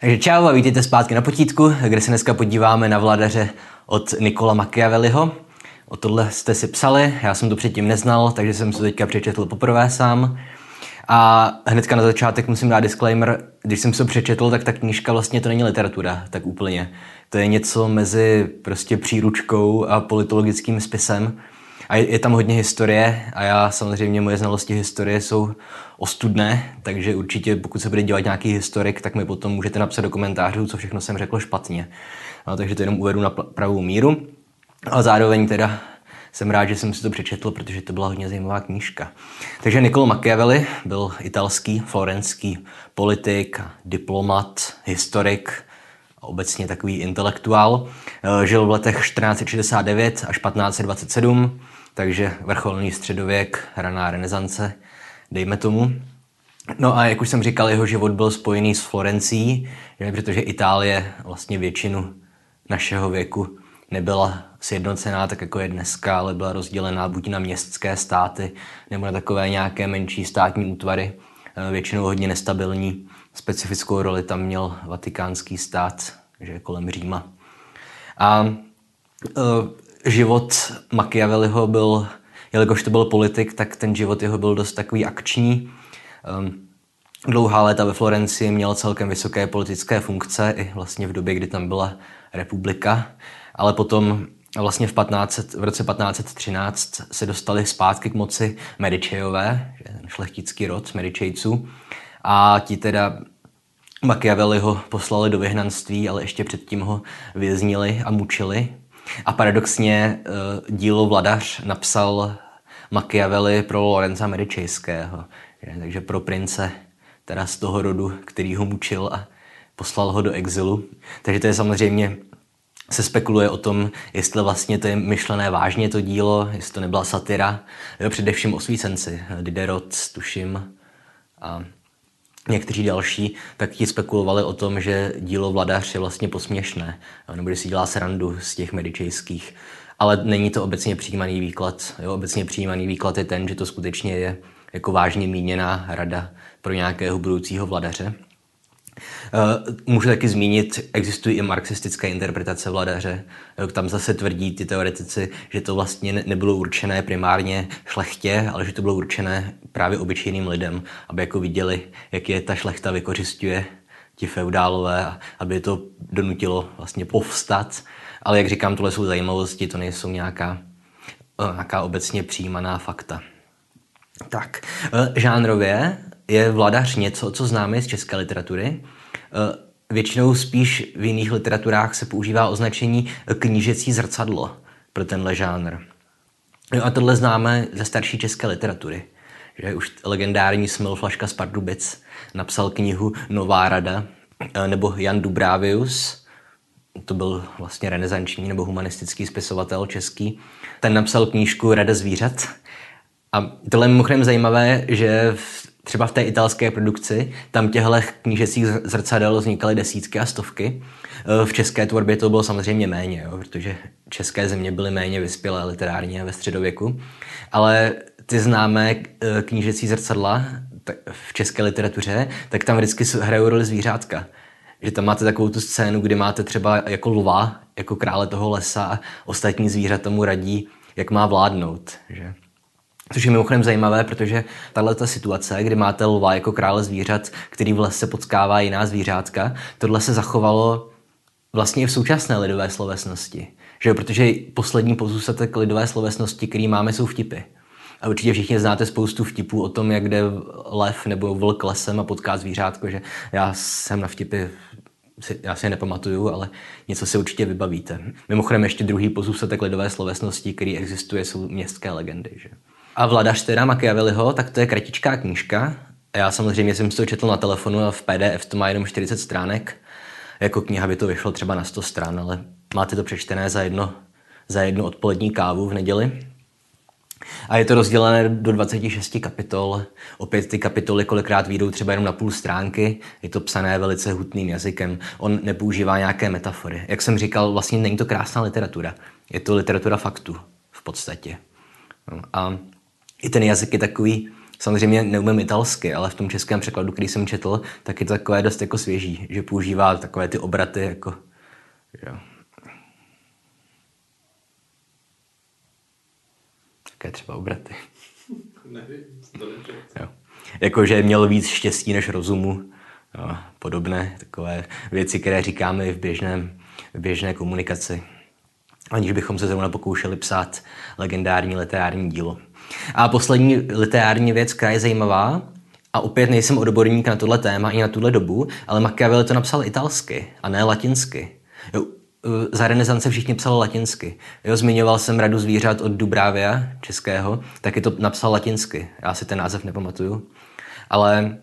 Takže čau a vítejte zpátky na potítku, kde se dneska podíváme na Vladaře od Niccola Machiavelliho. O tohle jste si psali, já jsem to předtím neznal, takže jsem to teďka přečetl poprvé sám. A hnedka na začátek musím dát disclaimer, když jsem to přečetl, tak ta knížka vlastně to není literatura, tak úplně. To je něco mezi prostě příručkou a politologickým spisem. A je tam hodně historie a já samozřejmě moje znalosti historie jsou ostudné, takže určitě pokud se bude dělat nějaký historik, tak mi potom můžete napsat do komentářů, co všechno jsem řekl špatně. No, takže to jenom uvedu na pravou míru. Ale zároveň teda jsem rád, že jsem si to přečetl, protože to byla hodně zajímavá knížka. Takže Niccolò Machiavelli byl italský, florenský politik, diplomat, historik, obecně takový intelektuál. Žil v letech 1469 až 1527, takže vrcholný středověk, raná renesance, dejme tomu. No a jak už jsem říkal, jeho život byl spojený s Florencií, protože Itálie vlastně většinu našeho věku nebyla sjednocená tak, jako je dneska, ale byla rozdělená buď na městské státy, nebo na takové nějaké menší státní útvary, většinou hodně nestabilní. Specifickou roli tam měl vatikánský stát, že kolem Říma. A život Machiavelliho byl, jelikož to byl politik, tak ten život jeho byl dost takový akční. Dlouhá léta ve Florencii měl celkem vysoké politické funkce, i vlastně v době, kdy tam byla republika, ale potom vlastně v roce 1513 se dostali zpátky k moci Medičejové, ten šlechtický rod Medičejců, a ti teda Machiavelliho poslali do vyhnanství, ale ještě předtím ho věznili a mučili. A paradoxně dílo Vladař napsal Machiavelli pro Lorenza Medičejského, takže pro prince teda z toho rodu, který ho mučil a poslal ho do exilu. Takže to je samozřejmě, se spekuluje o tom, jestli vlastně to je myšlené vážně to dílo, jestli to nebyla satira. Především osvícenci, Diderot, tuším, a někteří další, tak ti spekulovali o tom, že dílo Vladař je vlastně posměšné, nebo že si dělá srandu z těch medičejských. Ale není to obecně přijímaný výklad. Obecně přijímaný výklad je ten, že to skutečně je jako vážně míněná rada pro nějakého budoucího vladaře. Můžu taky zmínit, existují i marxistické interpretace Vladaře. Tam zase tvrdí ty teoretici, že to vlastně nebylo určené primárně šlechtě, ale že to bylo určené právě obyčejným lidem, aby jako viděli, jak je ta šlechta vykořisťuje ti feudálové, aby to donutilo vlastně povstat. Ale jak říkám, tohle jsou zajímavosti, to nejsou nějaká obecně přijímaná fakta. Tak, žánrově je Vladař něco, co známe z české literatury. Většinou spíš v jiných literaturách se používá označení knížecí zrcadlo pro tenhle žánr. A tohle známe ze starší české literatury. Že už legendární Smil Flaška z Pardubic napsal knihu Nová rada, nebo Jan Dubravius, to byl vlastně renesanční nebo humanistický spisovatel český, ten napsal knížku Rada zvířat. A tohle je mimochodem zajímavé, že třeba v té italské produkci tam těchto knížecích zrcadel vznikaly desítky a stovky. V české tvorbě to bylo samozřejmě méně, protože české země byly méně vyspělé literárně ve středověku. Ale ty známé knížecí zrcadla v české literatuře, tak tam vždycky hrajou roli zvířátka. Že tam máte takovou tu scénu, kdy máte třeba jako lva, jako krále toho lesa a ostatní zvířata mu radí, jak má vládnout. Že? Což je mimochodem zajímavé, protože tato situace, kdy máte lva jako krále zvířat, který v lese potkává jiná zvířátka, tohle se zachovalo vlastně i v současné lidové slovesnosti. Že? Protože poslední pozůstatek lidové slovesnosti, který máme, jsou vtipy. A určitě všichni znáte spoustu vtipů o tom, jak jde lev nebo vlk lesem a potká zvířátko, že já jsem na vtipy, já si je nepamatuju, ale něco si určitě vybavíte. Mimochodem ještě druhý pozůstatek lidové slovesnosti, který existuje, jsou městské legendy. Že? A Vladař teda Machiavelliho, tak to je kratičká knížka. Já samozřejmě jsem si to četl na telefonu a v PDF to má jenom 40 stránek. Jako kniha by to vyšlo třeba na 100 stran, ale máte to přečtené za jednu odpolední kávu v neděli. A je to rozdělené do 26 kapitol. Opět ty kapitoly kolikrát vyjdou třeba jenom na půl stránky. Je to psané velice hutným jazykem. On nepoužívá nějaké metafory. Jak jsem říkal, vlastně není to krásná literatura. Je to literatura faktu v podstatě. A i ten jazyk je takový Samozřejmě neumím italsky, ale v tom českém překladu, který jsem četl, tak je to takové dost jako svěží, že používá takové ty obraty jako... Jo. Také třeba obraty. Nevím, to jo. Jako, že měl víc štěstí než rozumu. Jo, podobné takové věci, které říkáme v běžné komunikaci. Aniž bychom se zrovna pokoušeli psát legendární literární dílo. A poslední literární věc, která je zajímavá, a opět nejsem odborník na tohle téma i na tuhle dobu, ale Machiavelli to napsal italsky a ne latinsky. Jo, za renesance všichni psali latinsky. Jo, zmiňoval jsem Radu zvířat od Dubravia českého, taky to napsal latinsky. Já si ten název nepamatuju. Ale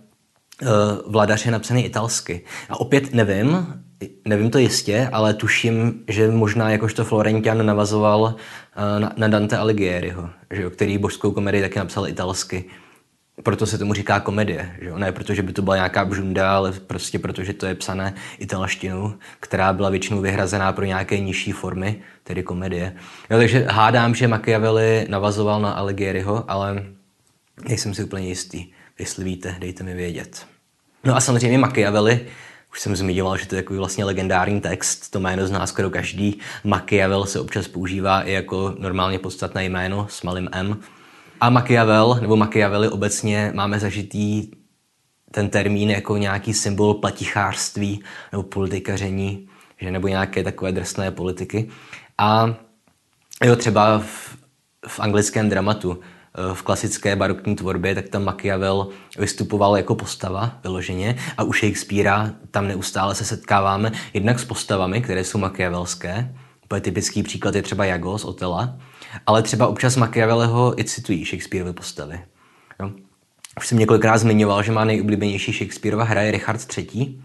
Vladař je napsaný italsky. A opět nevím to jistě, ale tuším, že možná jakožto Florentian navazoval na Dante Alighieriho, že jo, který božskou komedii taky napsal italsky. Proto se tomu říká komedie. Že jo? Ne protože by to byla nějaká bžunda, ale prostě protože to je psané italštinou, která byla většinou vyhrazená pro nějaké nižší formy, tedy komedie. Jo, takže hádám, že Machiavelli navazoval na Alighieriho, ale nejsem si úplně jistý. Jestli víte, dejte mi vědět. No a samozřejmě Machiavelli, už jsem zmiňoval, že to je takový vlastně legendární text, to jméno zná skoro každý. Machiavel se občas používá i jako normálně podstatné jméno s malým M. A Machiavel, nebo Machiavelli obecně máme zažitý ten termín jako nějaký symbol platichářství nebo politikaření, že nebo nějaké takové drsné politiky. A jo, třeba v anglickém dramatu, v klasické barokní tvorbě, tak tam Machiavel vystupoval jako postava vyloženě a u Shakespearea tam neustále se setkáváme jednak s postavami, které jsou machiavelské. Typický příklad je třeba Iago z Otela, ale třeba občas Machiavelliho i citují Shakespearovy postavy. No. Už jsem několikrát zmiňoval, že má nejoblíbenější Shakespearova hra je Richard III.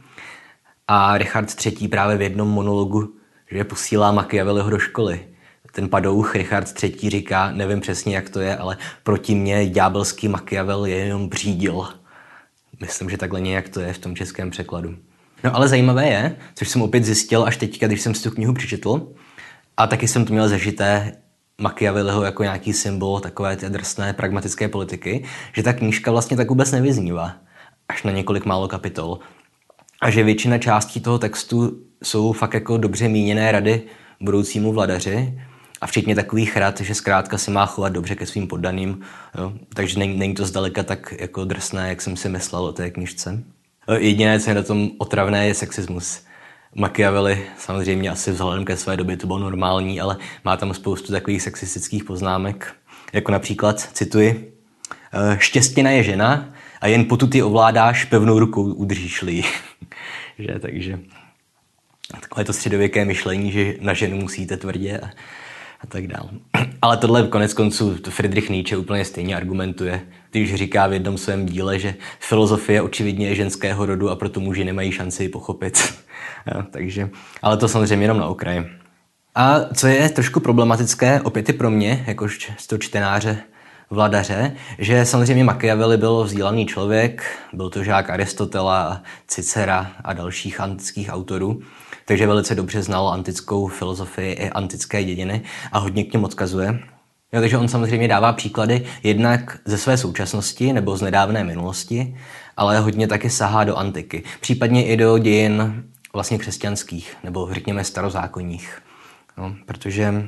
A Richard III. Právě v jednom monologu, že posílá Machiavelliho do školy. Ten padouch Richard III. Říká, nevím přesně, jak to je, ale proti mně ďábelský Machiavel je jenom břídil. Myslím, že takhle nějak to je v tom českém překladu. No ale zajímavé je, což jsem opět zjistil až teďka, když jsem si tu knihu přečetl, a taky jsem to měl zažité Machiavelliho jako nějaký symbol takové té drsné pragmatické politiky, že ta knížka vlastně tak vůbec nevyznívá, až na několik málo kapitol. A že většina částí toho textu jsou fakt jako dobře míněné rady budoucímu vladaři, a včetně takových rad, že zkrátka se má chovat dobře ke svým poddaným. Jo? Takže není to zdaleka tak jako drsné, jak jsem si myslel o té knižce. Jediné, co je na tom otravné, je sexismus. Machiavelli samozřejmě asi vzhledem ke své době to bylo normální, ale má tam spoustu takových sexistických poznámek. Jako například, cituji, štěstěna je žena a jen potud ji ovládáš, pevnou rukou udržíš-li. Že, takže takové to středověké myšlení, že na ženu musíte tvrdě a tak dále. Ale tohle konec konců Friedrich Nietzsche úplně stejně argumentuje, když říká v jednom svém díle, že filozofie očividně je ženského rodu a proto muži nemají šanci ji pochopit. Takže, ale to samozřejmě jenom na okraji. A co je trošku problematické, opět i pro mě, jakož z toho čtenáře Vladaře, že samozřejmě Machiavelli byl vzdělaný člověk, byl to žák Aristotela, Cicera a dalších antických autorů, takže velice dobře znal antickou filozofii i antické dějiny a hodně k něm odkazuje. Jo, takže on samozřejmě dává příklady jednak ze své současnosti nebo z nedávné minulosti, ale hodně taky sahá do antiky, případně i do dějin vlastně křesťanských nebo řekněme starozákonních. No, protože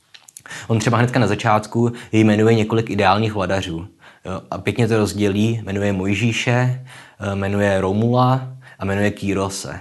on třeba hnedka na začátku jmenuje několik ideálních vladařů. Jo, a pěkně to rozdělí, jmenuje Mojžíše, jmenuje Romula a jmenuje Kýrose.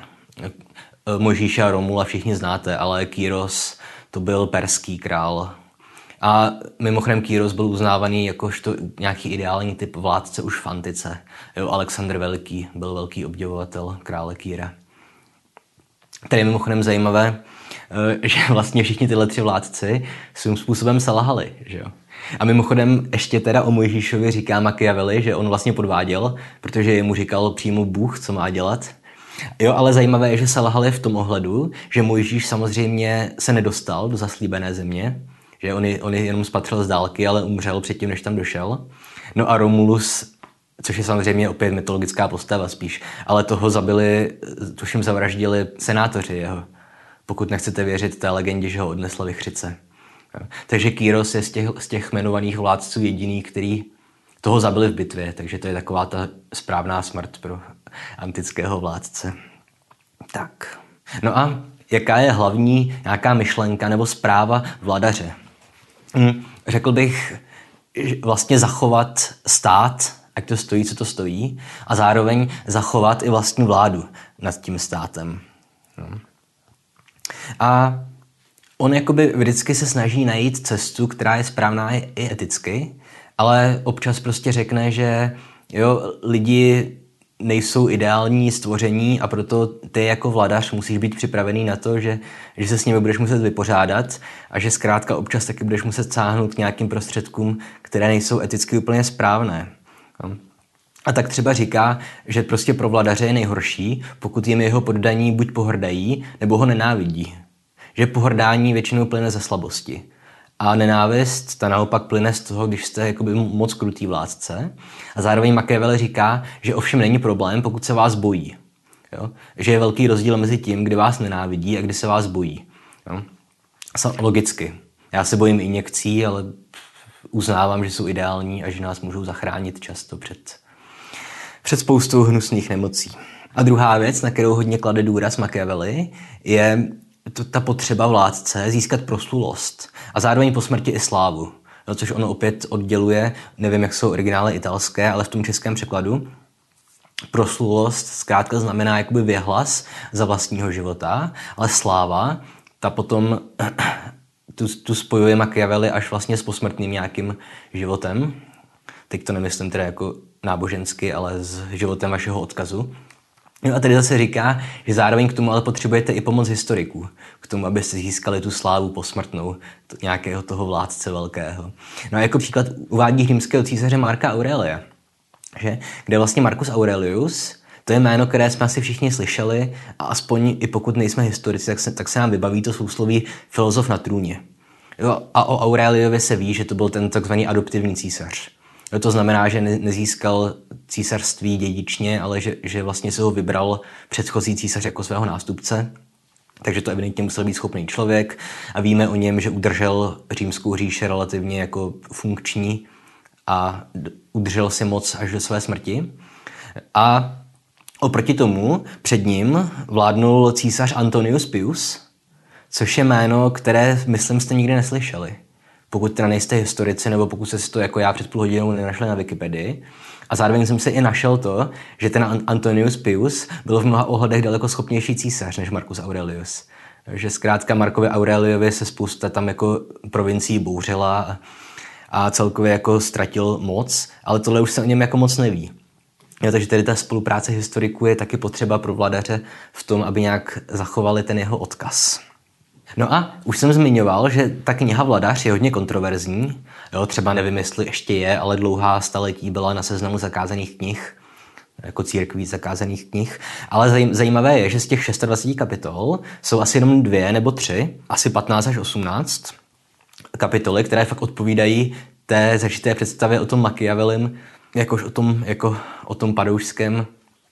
Mojžíše a Romula všichni znáte, ale Kýros to byl perský král. A mimochodem Kýros byl uznávaný jakožto nějaký ideální typ vládce už v antice. Jo, Alexandr Veliký byl velký obdivovatel krále Kýra. Tady je mimochodem zajímavé, že vlastně všichni tyhle tři vládci svým způsobem selhali. Že jo? A mimochodem ještě teda o Mojžíšovi říká Machiavelli, že on vlastně podváděl, protože jemu říkal přímo Bůh, co má dělat. Jo, ale zajímavé je, že selhali v tom ohledu, že Mojžíš samozřejmě se nedostal do zaslíbené země, že on jenom spatřil z dálky, ale umřel předtím, než tam došel. No a Romulus, což je samozřejmě opět mytologická postava spíš, ale toho zabili, tuším zavraždili senátoři jeho, pokud nechcete věřit té legendě, že ho odnesla vichřice. Takže Kýros je z těch jmenovaných vládců jediný, který toho zabili v bitvě, takže to je taková ta správná smrt pro antického vládce. Tak. No a jaká je hlavní nějaká myšlenka nebo zpráva vladaře? Řekl bych, vlastně zachovat stát, ať to stojí, co to stojí, a zároveň zachovat i vlastní vládu nad tím státem. No. A on jakoby vždycky se snaží najít cestu, která je správná i eticky, ale občas prostě řekne, že jo, lidi nejsou ideální stvoření a proto ty jako vladař musíš být připravený na to, že se s nimi budeš muset vypořádat a že zkrátka občas taky budeš muset sáhnout k nějakým prostředkům, které nejsou eticky úplně správné. A tak třeba říká, že prostě pro vladaře je nejhorší, pokud jim jeho poddaní buď pohrdají, nebo ho nenávidí. Že pohrdání většinou plyne ze slabosti. A nenávist, ta naopak plyne z toho, když jste jakoby moc krutý vládce. A zároveň Machiavelli říká, že ovšem není problém, pokud se vás bojí. Jo? Že je velký rozdíl mezi tím, kdy vás nenávidí a kdy se vás bojí. Jo? Logicky. Já se bojím injekcí, ale uznávám, že jsou ideální a že nás můžou zachránit často před spoustou hnusných nemocí. A druhá věc, na kterou hodně klade důraz Machiavelli, je ta potřeba vládce získat proslulost a zároveň po smrti i slávu. No, což ono opět odděluje, nevím, jak jsou originály italské, ale v tom českém překladu proslulost zkrátka znamená jakoby věhlas za vlastního života, ale sláva, ta potom tu spojuje Machiavelli až vlastně s posmrtným nějakým životem. Teď to nemyslím teda jako nábožensky, ale s životem vašeho odkazu. No a tady zase říká, že zároveň k tomu ale potřebujete i pomoc historiků, k tomu, abyste získali tu slávu posmrtnou nějakého toho vládce velkého. No a jako příklad uvádí římského císaře Marka Aurelia, že? Kde vlastně Marcus Aurelius, to je jméno, které jsme asi všichni slyšeli a aspoň i pokud nejsme historici, tak se nám vybaví to sousloví filozof na trůně. Jo, a o Aureliovi se ví, že to byl ten takzvaný adoptivní císař. Jo, to znamená, že nezískal císařství dědičně, ale že vlastně se ho vybral předchozí císař jako svého nástupce. Takže to evidentně musel být schopný člověk a víme o něm, že udržel římskou říši relativně jako funkční a udržel si moc až do své smrti. A oproti tomu před ním vládnul císař Antonius Pius, což je jméno, které, myslím, jste nikdy neslyšeli. Pokud teda nejste historici, nebo pokud jste si to jako já před půl hodinou nenašli na Wikipedii. A zároveň jsem si i našel to, že ten Antonius Pius byl v mnoha ohledech daleko schopnější císař než Marcus Aurelius. Že zkrátka Markovi Aureliovi se spousta tam jako provincií bouřila a celkově jako ztratil moc, ale tohle už se o něm jako moc neví. Jo, takže tady ta spolupráce historiků je taky potřeba pro vladaře v tom, aby nějak zachovali ten jeho odkaz. No a už jsem zmiňoval, že ta kniha Vladař je hodně kontroverzní. Jo, třeba nevím, jestli ještě je, ale dlouhá staletí byla na seznamu zakázaných knih, jako církví zakázaných knih. Ale zajímavé je, že z těch 26 kapitol jsou asi jenom 2 nebo 3, asi 15 až 18 kapitoly, které fakt odpovídají té zažité představě o tom Machiavellim, jakož o tom padoušském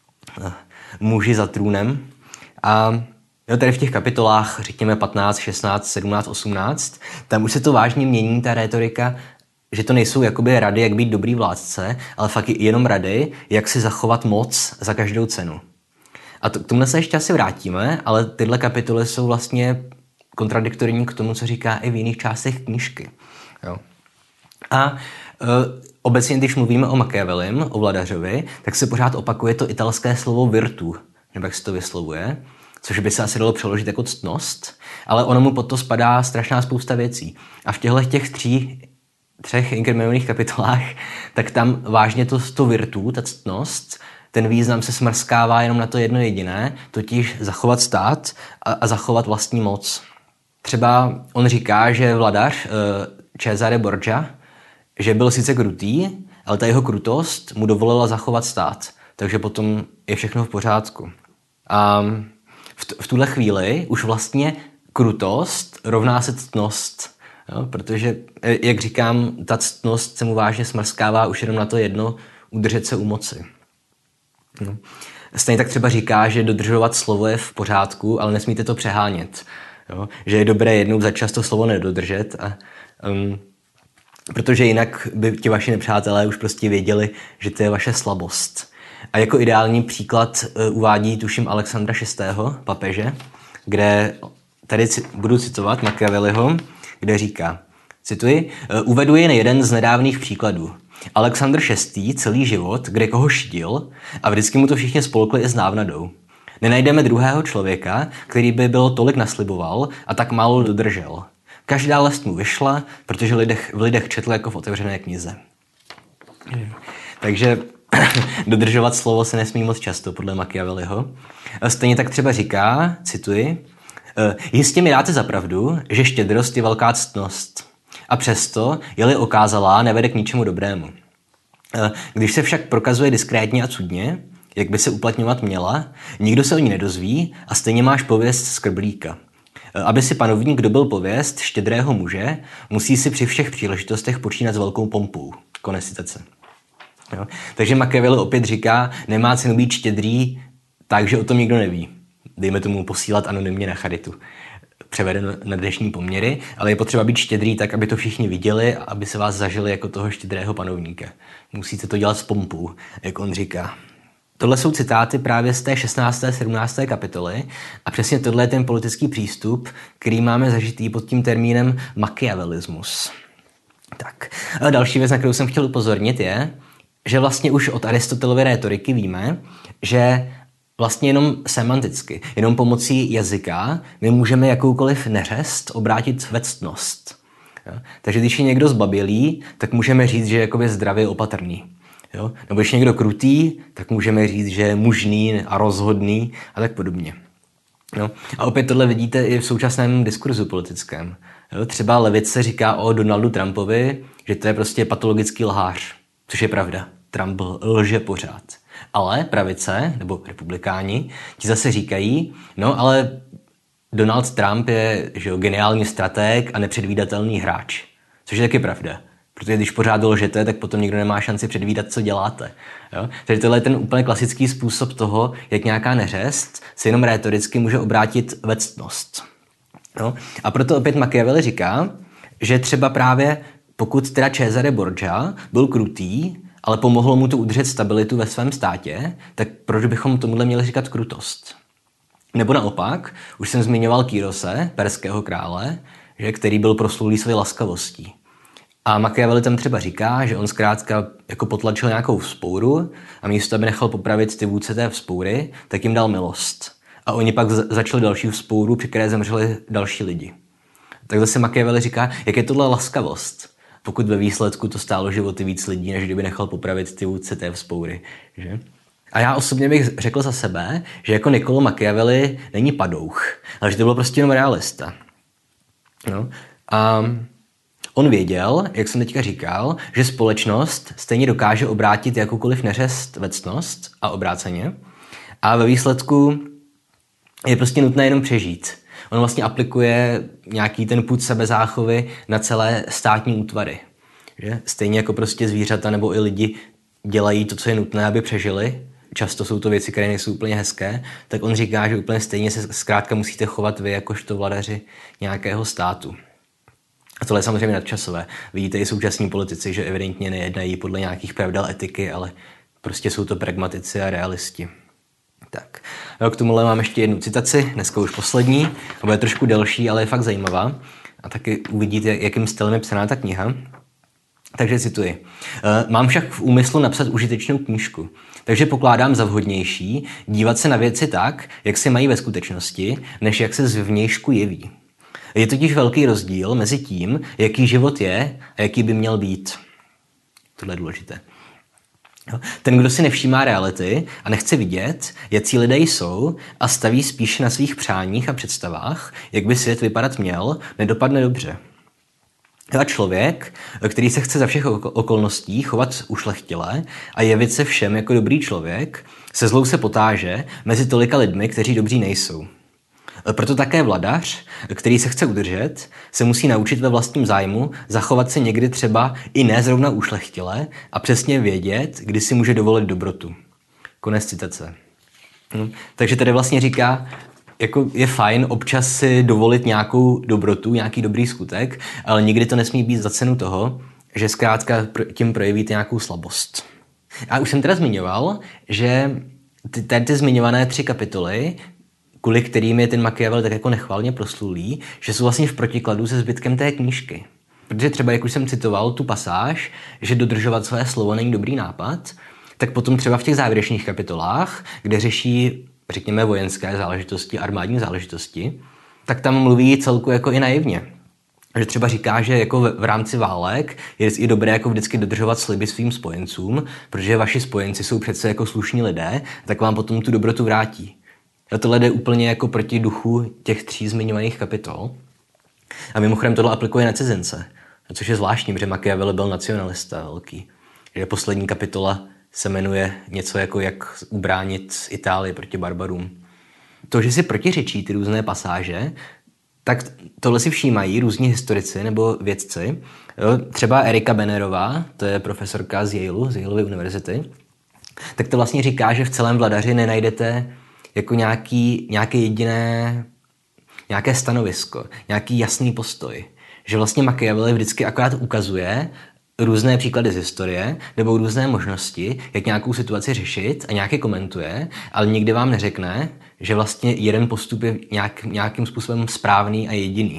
muži za trůnem. A jo, tady v těch kapitolách, řekněme 15, 16, 17, 18, tam už se to vážně mění, ta rétorika, že to nejsou jakoby rady, jak být dobrý vládce, ale fakt jenom rady, jak si zachovat moc za každou cenu. A k tomu se ještě asi vrátíme, ale tyhle kapitoly jsou vlastně kontradiktorní k tomu, co říká i v jiných částech knížky. Jo. A obecně, když mluvíme o Machiavellim, o vladařovi, tak se pořád opakuje to italské slovo virtu, nebo jak se to vyslovuje, což by se asi dalo přeložit jako ctnost, ale ono mu pod to spadá strašná spousta věcí. A v těch třech inkriminovaných kapitolách, tak tam vážně to virtu, ta ctnost, ten význam se smrskává jenom na to jedno jediné, totiž zachovat stát a zachovat vlastní moc. Třeba on říká, že vladař Cesare Borgia, že byl sice krutý, ale ta jeho krutost mu dovolila zachovat stát, takže potom je všechno v pořádku. A v tuhle chvíli už vlastně krutost rovná se ctnost, jo? Protože, jak říkám, ta ctnost se mu vážně smrskává už jenom na to jedno udržet se u moci. No. Stejně tak třeba říká, že dodržovat slovo je v pořádku, ale nesmíte to přehánět. Jo? Že je dobré jednou za čas to slovo nedodržet protože jinak by ti vaši nepřátelé už prostě věděli, že to je vaše slabost. A jako ideální příklad uvádí, tuším, Alexandra VI., papeže, kde tady budu citovat Machiavelliho, kde říká, cituji, uvedu jen jeden z nedávných příkladů. Alexandr VI. Celý život kde koho šidil a vždycky mu to všichni spolkli i s návnadou. Nenajdeme druhého člověka, který by bylo tolik nasliboval a tak málo dodržel. Každá lest mu vyšla, protože v lidech četl jako v otevřené knize. Takže dodržovat slovo se nesmí moc často, podle Machiavelliho. Stejně tak třeba říká, cituji, jistě mi dáte za pravdu, že štědrost je velká ctnost. A přesto, je-li okázalá, nevede k ničemu dobrému. Když se však prokazuje diskrétně a cudně, jak by se uplatňovat měla, nikdo se o ní nedozví a stejně máš pověst skrblíka. Aby si panovník dobil pověst štědrého muže, musí si při všech příležitostech počínat s velkou pompou. Konec citace. Jo. Takže Machiavelli opět říká, nemá cenu být štědrý, takže o tom nikdo neví. Dejme tomu posílat anonymně na charitu. Převedeno na dnešní poměry, ale je potřeba být štědrý tak, aby to všichni viděli a aby se vás zažili jako toho štědrého panovníka. Musíte to dělat s pompou, jak on říká. Tohle jsou citáty právě z té 16. a 17. kapitoly a přesně tohle je ten politický přístup, který máme zažitý pod tím termínem machiavelismus. Tak, a další věc, na kterou jsem chtěl upozornit, je, že vlastně už od Aristotelovy rétoriky víme, že vlastně jenom semanticky, jenom pomocí jazyka my můžeme jakoukoliv neřest obrátit ve ctnost. Takže když je někdo zbabělý, tak můžeme říct, že je jakoby zdravě opatrný. Jo? Nebo když je někdo krutý, tak můžeme říct, že je mužný a rozhodný a tak podobně. Jo? A opět tohle vidíte i v současném diskurzu politickém. Jo? Třeba levice říká o Donaldu Trumpovi, že to je prostě patologický lhář, což je pravda. Trump lže pořád. Ale pravice, nebo republikáni, ti zase říkají, no ale Donald Trump je geniální stratég a nepředvídatelný hráč. Což je taky pravda. Protože když pořád lžete, tak potom nikdo nemá šanci předvídat, co děláte. Jo? Takže tohle je ten úplně klasický způsob toho, jak nějaká neřest se jenom rétoricky může obrátit ve ctnost. Jo? A proto opět Machiavelli říká, že třeba právě pokud teda Cesare Borgia byl krutý, ale pomohlo mu to udržet stabilitu ve svém státě, tak proč bychom tomuhle měli říkat krutost? Nebo naopak, už jsem zmiňoval Kyrose, perského krále, který byl proslulý své laskavostí. A Machiavelli tam třeba říká, že on zkrátka jako potlačil nějakou vzpouru a místo, aby nechal popravit ty vůdce té vzpoury, tak jim dal milost. A oni pak začali další vzpouru, při které zemřeli další lidi. Tak zase Machiavelli říká, jak je tohle laskavost, pokud ve výsledku to stálo životy víc lidí, než kdyby nechal popravit ty vůdce té vzpoury. Že? A já osobně bych řekl za sebe, že jako Niccolo Machiavelli není padouch, ale že to byl prostě jenom realista. No. A on věděl, jak jsem teďka říkal, že společnost stejně dokáže obrátit jakoukoliv neřest ve ctnost a obráceně. A ve výsledku je prostě nutné jenom přežít. On vlastně aplikuje nějaký ten pud sebezáchovy na celé státní útvary. Že? Stejně jako prostě zvířata nebo i lidi dělají to, co je nutné, aby přežili. Často jsou to věci, které nejsou úplně hezké. Tak on říká, že úplně stejně se zkrátka musíte chovat vy, jakožto vladaři nějakého státu. A tohle je samozřejmě nadčasové. Vidíte i současní politici, že evidentně nejednají podle nějakých pravidel etiky, ale prostě jsou to pragmatici a realisti. Tak, k tomuhle mám ještě jednu citaci, dneska už poslední, bude trošku delší, ale je fakt zajímavá. A taky uvidíte, jakým stylem je psaná ta kniha. Takže cituji. Mám však v úmyslu napsat užitečnou knížku, takže pokládám za vhodnější dívat se na věci tak, jak se mají ve skutečnosti, než jak se zvnějšku jeví. Je totiž velký rozdíl mezi tím, jaký život je a jaký by měl být. Tohle je důležité. Ten, kdo si nevšímá reality a nechce vidět, jací lidé jsou a staví spíše na svých přáních a představách, jak by svět vypadat měl, nedopadne dobře. A člověk, který se chce za všech okolností chovat ušlechtile a jevit se všem jako dobrý člověk, se zlou se potáže mezi tolika lidmi, kteří dobří nejsou. Proto také vladař, který se chce udržet, se musí naučit ve vlastním zájmu zachovat se někdy třeba i ne zrovna ušlechtile a přesně vědět, kdy si může dovolit dobrotu. Konec citace. Takže tady vlastně říká, jako je fajn občas si dovolit nějakou dobrotu, nějaký dobrý skutek, ale nikdy to nesmí být za cenu toho, že zkrátka tím projevíte nějakou slabost. A už jsem teda zmiňoval, že ty zmiňované 3 kapitoly, kvůli kterým je ten Machiavelli tak jako nechvalně proslulý, že jsou vlastně v protikladu se zbytkem té knížky. Protože třeba, jak už jsem citoval tu pasáž, že dodržovat své slovo není dobrý nápad, tak potom třeba v těch závěrečných kapitolách, kde řeší, řekněme, vojenské záležitosti, armádní záležitosti, tak tam mluví celku jako i naivně. Že třeba říká, že jako v rámci válek je i dobré jako vždycky dodržovat sliby svým spojencům, protože vaši spojenci jsou přece jako slušní lidé, tak vám potom tu dobrotu vrátí. A tohle jde úplně jako proti duchu těch 3 zmiňovaných kapitol. A mimochodem tohle aplikuje na cizince, což je zvláštní, protože Machiavelli byl nacionalista velký. Že poslední kapitola se jmenuje něco jako jak ubránit Itálii proti barbarům. To, že si protiřečí ty různé pasáže, tak tohle si všímají různí historici nebo vědci. Jo, třeba Erika Benerová, to je profesorka z Yaleovy univerzity, tak to vlastně říká, že v celém Vladaři nenajdete jako nějaké stanovisko, nějaký jasný postoj. Že vlastně Machiavelli vždycky akorát ukazuje různé příklady z historie nebo různé možnosti, jak nějakou situaci řešit a nějaké komentuje, ale nikdy vám neřekne, že vlastně jeden postup je nějakým způsobem správný a jediný.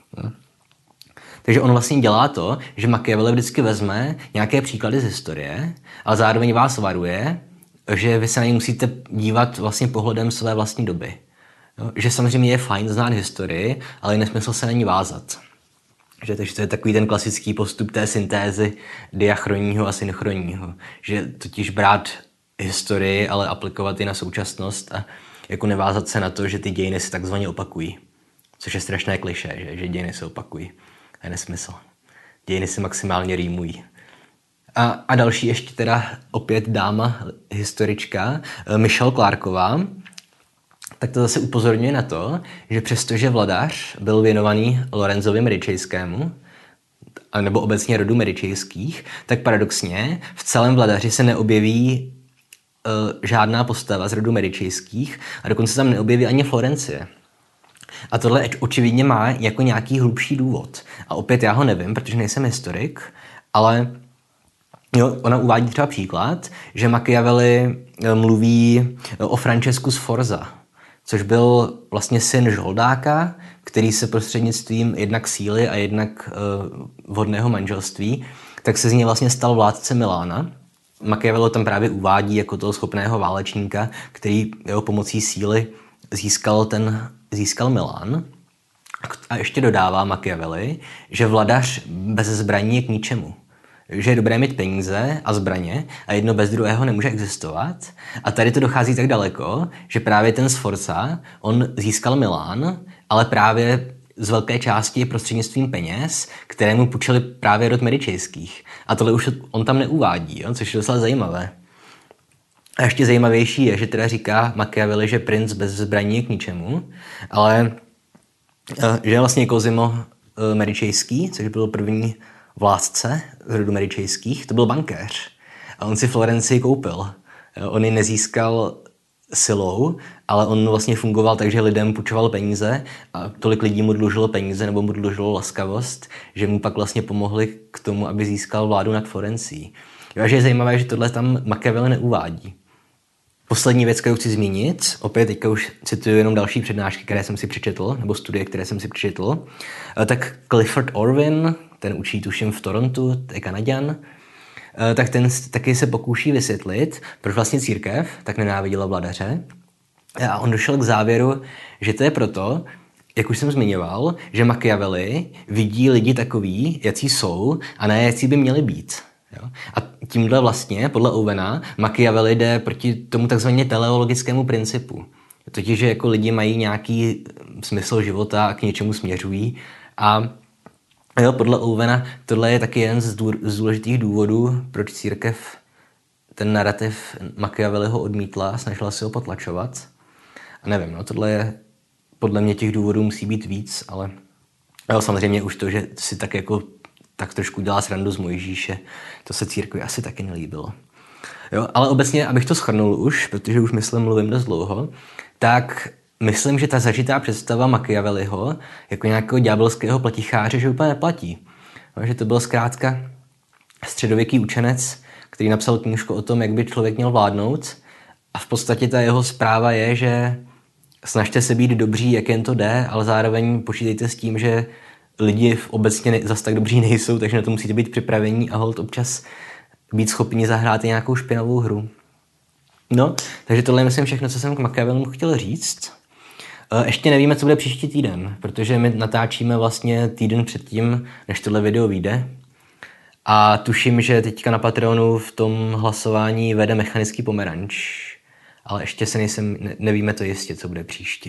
Takže on vlastně dělá to, že Machiavelli vždycky vezme nějaké příklady z historie, ale zároveň vás varuje, že vy se na ně musíte dívat vlastně pohledem své vlastní doby. Že samozřejmě je fajn znát historii, ale je nesmysl se na ní vázat. Takže to je takový ten klasický postup té syntézy diachronního a synchronního. Že totiž brát historii, ale aplikovat ji na současnost a jako nevázat se na to, že ty dějiny se takzvaně opakují. Což je strašné klišé, že dějiny se opakují. To je nesmysl. Dějiny se maximálně rýmují. A další ještě teda opět dáma historička, Michelle Clarková, tak to zase upozorňuje na to, že přestože Vladař byl věnovaný Lorenzovi Medičejskému, nebo obecně rodu Medičejských, tak paradoxně v celém Vladaři se neobjeví žádná postava z rodu Medičejských a dokonce tam neobjeví ani Florencie. A tohle očividně má jako nějaký hlubší důvod. A opět já ho nevím, protože nejsem historik, ale jo, ona uvádí třeba příklad, že Machiavelli mluví o Francesku Sforza, což byl vlastně syn žoldáka, který se prostřednictvím jednak síly a jednak vhodného manželství, tak se z něj vlastně stal vládce Milána. Machiavelli tam právě uvádí jako toho schopného válečníka, který jeho pomocí síly získal Milán. A ještě dodává Machiavelli, že vladař bez zbraní je k ničemu. Že je dobré mít peníze a zbraně a jedno bez druhého nemůže existovat. A tady to dochází tak daleko, že právě ten Sforza, on získal Milán, ale právě z velké části prostřednictvím peněz, které mu půjčili právě rod Medičejských. A tohle už on tam neuvádí, jo? Což je docela zajímavé. A ještě zajímavější je, že teda říká Machiavelli, že princ bez zbraní je k ničemu, ale že vlastně Cosimo Medičejský, což byl první vládce z rodu Medičejských, to byl bankéř. A on si Florencii koupil. On ji nezískal silou, ale on vlastně fungoval tak, že lidem půjčoval peníze a tolik lidí mu dlužilo peníze nebo mu dlužilo laskavost, že mu pak vlastně pomohli k tomu, aby získal vládu nad Florencií. Takže je zajímavé, že tohle tam Machiavelli neuvádí. Poslední věc, kterou chci zmínit, opět teďka už cituju jenom další přednášky, které jsem si přečetl, nebo studie, které jsem si přečetl, tak Clifford Orwin, ten učí tuším v Torontu, to je Kanaďan, tak ten taky se pokouší vysvětlit, proč vlastně církev tak nenáviděla vladaře. A on došel k závěru, že to je proto, jak už jsem zmiňoval, že Machiavelli vidí lidi takový, jací jsou, a ne jací by měli být. Jo? A tímhle vlastně, podle Owena, Machiavelli jde proti tomu takzvaně teleologickému principu. Totiž, že jako lidi mají nějaký smysl života a k něčemu směřují. A jo, podle Owena tohle je taky jeden z důležitých důvodů, proč církev ten narrativ Machiavelliho odmítla a snažila se ho potlačovat. A nevím, no tohle je, podle mě těch důvodů musí být víc, ale jo, samozřejmě už to, že si tak jako tak trošku dělá srandu z Mojžíše, to se církvi asi taky nelíbilo. Jo, ale obecně, abych to shrnul už, protože už mluvím dost dlouho, tak myslím, že ta zažitá představa Machiavelliho jako nějakého ďábelského platicháře, že úplně neplatí. No, že to byl zkrátka středověký učenec, který napsal knížku o tom, jak by člověk měl vládnout. A v podstatě ta jeho zpráva je, že snažte se být dobří, jak jen to jde, ale zároveň počítejte s tím, že lidi obecně zas tak dobří nejsou, takže na to musíte být připravení a holt občas být schopni zahrát i nějakou špinavou hru. No, takže tohle je myslím všechno, co jsem k Machiavellimu chtěl říct. Ještě nevíme, co bude příští týden, protože my natáčíme vlastně týden předtím, než tohle video vyjde. A tuším, že teďka na Patreonu v tom hlasování vede Mechanický pomeranč. Ale ještě nevíme to jistě, co bude příště.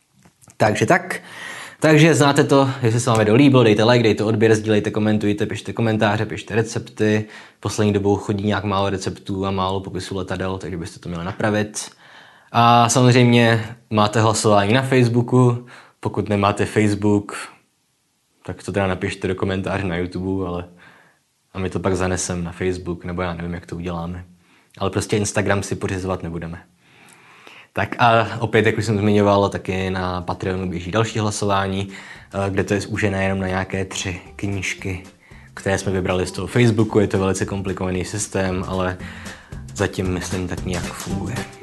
Takže znáte to, jestli se vám video líbilo, dejte like, dejte odběr, sdílejte, komentujte, pište komentáře, pište recepty. Poslední dobou chodí nějak málo receptů a málo popisů letadel, takže byste to měli napravit. A samozřejmě máte hlasování na Facebooku. Pokud nemáte Facebook, tak to teda napište do komentáře na YouTube, a my to pak zanesem na Facebook, nebo já nevím, jak to uděláme. Ale prostě Instagram si pořizovat nebudeme. Tak a opět, jak už jsem zmiňoval, taky na Patreonu běží další hlasování, kde to je zúžené jenom na nějaké 3 knížky, které jsme vybrali z toho Facebooku. Je to velice komplikovaný systém, ale zatím, myslím, tak nějak funguje.